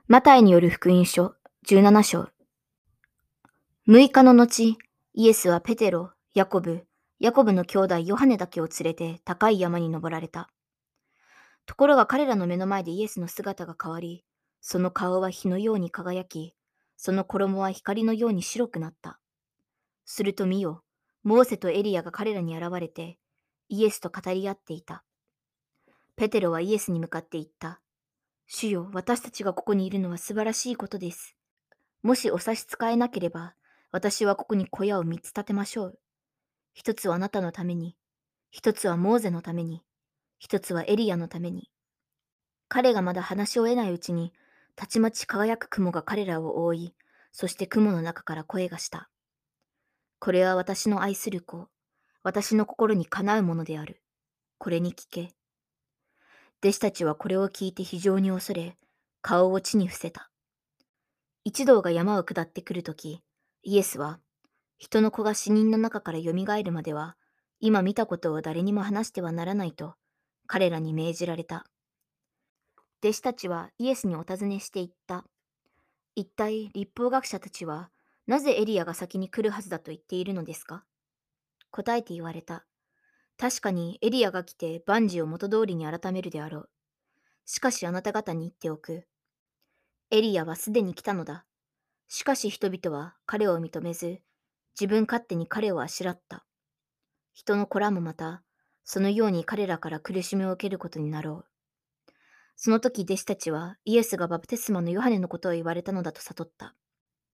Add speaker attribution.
Speaker 1: マタイによる福音書17章。6日の後、イエスはペテロ、ヤコブの兄弟ヨハネだけを連れて高い山に登られた。ところが彼らの目の前でイエスの姿が変わり、その顔は火のように輝き、その衣は光のように白くなった。すると見よ、モーセとエリアが彼らに現れて、イエスと語り合っていた。ペテロはイエスに向かって言った。主よ、私たちがここにいるのは素晴らしいことです。もしお差し支えなければ、私はここに小屋を3つ建てましょう。一つはあなたのために、一つはモーゼのために、一つはエリアのために。彼がまだ話し終えないうちに、たちまち輝く雲が彼らを覆い、そして雲の中から声がした。これは私の愛する子、私の心にかなうものである。これに聞け。弟子たちはこれを聞いて非常に恐れ、顔を地に伏せた。一同が山を下ってくるとき、イエスは、人の子が死人の中からよみがえるまでは、今見たことを誰にも話してはならないと、彼らに命じられた。弟子たちはイエスにお尋ねして言った。一体律法学者たちは、なぜエリアが先に来るはずだと言っているのですか？答えて言われた。確かにエリアが来て万事を元通りに改めるであろう。しかしあなた方に言っておく。エリアはすでに来たのだ。しかし人々は彼を認めず、自分勝手に彼をあしらった。人の子らもまた、そのように彼らから苦しみを受けることになろう。その時弟子たちはイエスがバプテスマのヨハネのことを言われたのだと悟った。